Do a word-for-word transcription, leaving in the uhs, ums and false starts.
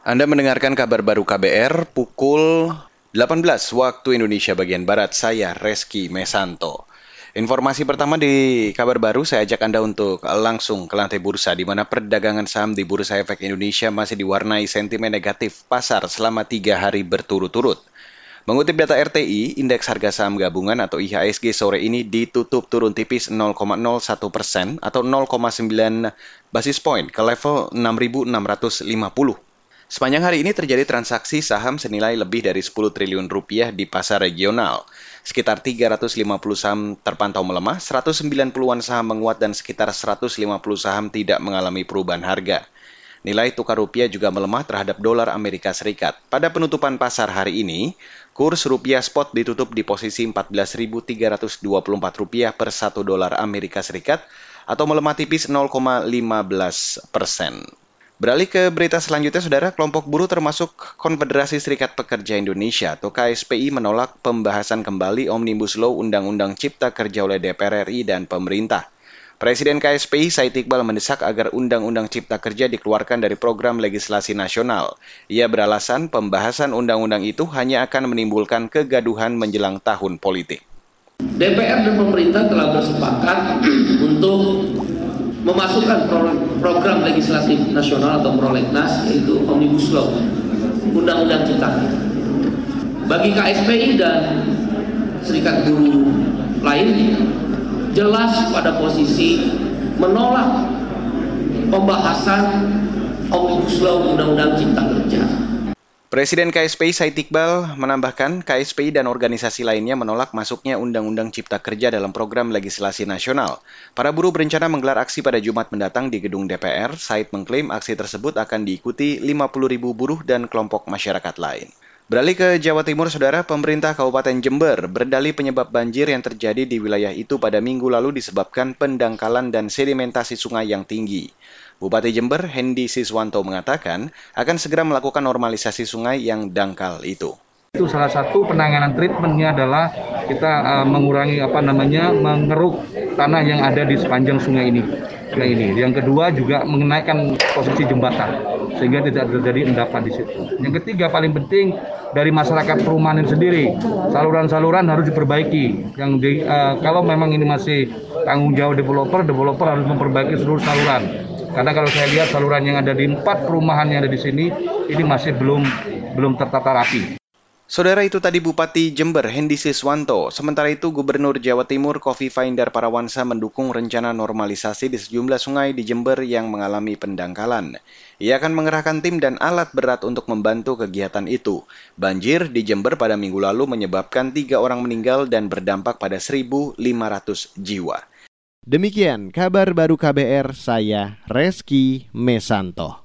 Anda mendengarkan kabar baru K B R pukul delapan belas waktu Indonesia bagian Barat. Saya Reski Mesanto. Informasi pertama di kabar baru, saya ajak Anda untuk langsung ke lantai bursa, di mana perdagangan saham di Bursa Efek Indonesia masih diwarnai sentimen negatif pasar selama tiga hari berturut-turut. Mengutip data R T I, indeks harga saham gabungan atau I H S G sore ini ditutup turun tipis nol koma nol satu persen atau nol koma sembilan basis point ke level enam ribu enam ratus lima puluh. Sepanjang hari ini terjadi transaksi saham senilai lebih dari sepuluh triliun rupiah di pasar regional. Sekitar tiga ratus lima puluh saham terpantau melemah, seratus sembilan puluhan saham menguat dan sekitar seratus lima puluh saham tidak mengalami perubahan harga. Nilai tukar rupiah juga melemah terhadap dolar Amerika Serikat. Pada penutupan pasar hari ini, kurs rupiah spot ditutup di posisi empat belas ribu tiga ratus dua puluh empat rupiah per satu dolar Amerika Serikat atau melemah tipis nol koma lima belas persen. Beralih ke berita selanjutnya, Saudara, kelompok buruh termasuk Konfederasi Serikat Pekerja Indonesia atau K S P I menolak pembahasan kembali Omnibus Law Undang-Undang Cipta Kerja oleh D P R R I dan pemerintah. Presiden K S P I Said Iqbal mendesak agar Undang-Undang Cipta Kerja dikeluarkan dari program legislasi nasional. Ia beralasan pembahasan undang-undang itu hanya akan menimbulkan kegaduhan menjelang tahun politik. D P R dan pemerintah telah bersepakat untuk memasukkan program legislatif nasional atau prolegnas, yaitu Omnibus Law, Undang-Undang Cipta Kerja. Bagi K S P I dan serikat buruh lain, jelas pada posisi menolak pembahasan Omnibus Law Undang-Undang Cipta Kerja. Presiden K S P I Said Iqbal menambahkan K S P I dan organisasi lainnya menolak masuknya Undang-Undang Cipta Kerja dalam program legislasi nasional. Para buruh berencana menggelar aksi pada Jumat mendatang di gedung D P R. Said mengklaim aksi tersebut akan diikuti lima puluh ribu buruh dan kelompok masyarakat lain. Beralih ke Jawa Timur, Saudara, pemerintah Kabupaten Jember berdalih penyebab banjir yang terjadi di wilayah itu pada minggu lalu disebabkan pendangkalan dan sedimentasi sungai yang tinggi. Bupati Jember, Hendy Siswanto, mengatakan akan segera melakukan normalisasi sungai yang dangkal itu. Itu salah satu penanganan treatmentnya adalah kita uh, mengurangi apa namanya mengeruk tanah yang ada di sepanjang sungai ini. Sungai ini. Yang kedua juga mengenaikan posisi jembatan sehingga tidak terjadi endapan di situ. Yang ketiga paling penting dari masyarakat perumahan sendiri, saluran-saluran harus diperbaiki. Yang di, uh, kalau memang ini masih tanggung jawab developer, developer harus memperbaiki seluruh saluran. Karena kalau saya lihat saluran yang ada di empat perumahan yang ada di sini, ini masih belum belum tertata rapi. Saudara, itu tadi Bupati Jember, Hendy Siswanto. Sementara itu, Gubernur Jawa Timur, Kofifa Indar Parawansa, mendukung rencana normalisasi di sejumlah sungai di Jember yang mengalami pendangkalan. Ia akan mengerahkan tim dan alat berat untuk membantu kegiatan itu. Banjir di Jember pada minggu lalu menyebabkan tiga orang meninggal dan berdampak pada seribu lima ratus jiwa. Demikian kabar baru K B R, saya Reski Mesanto.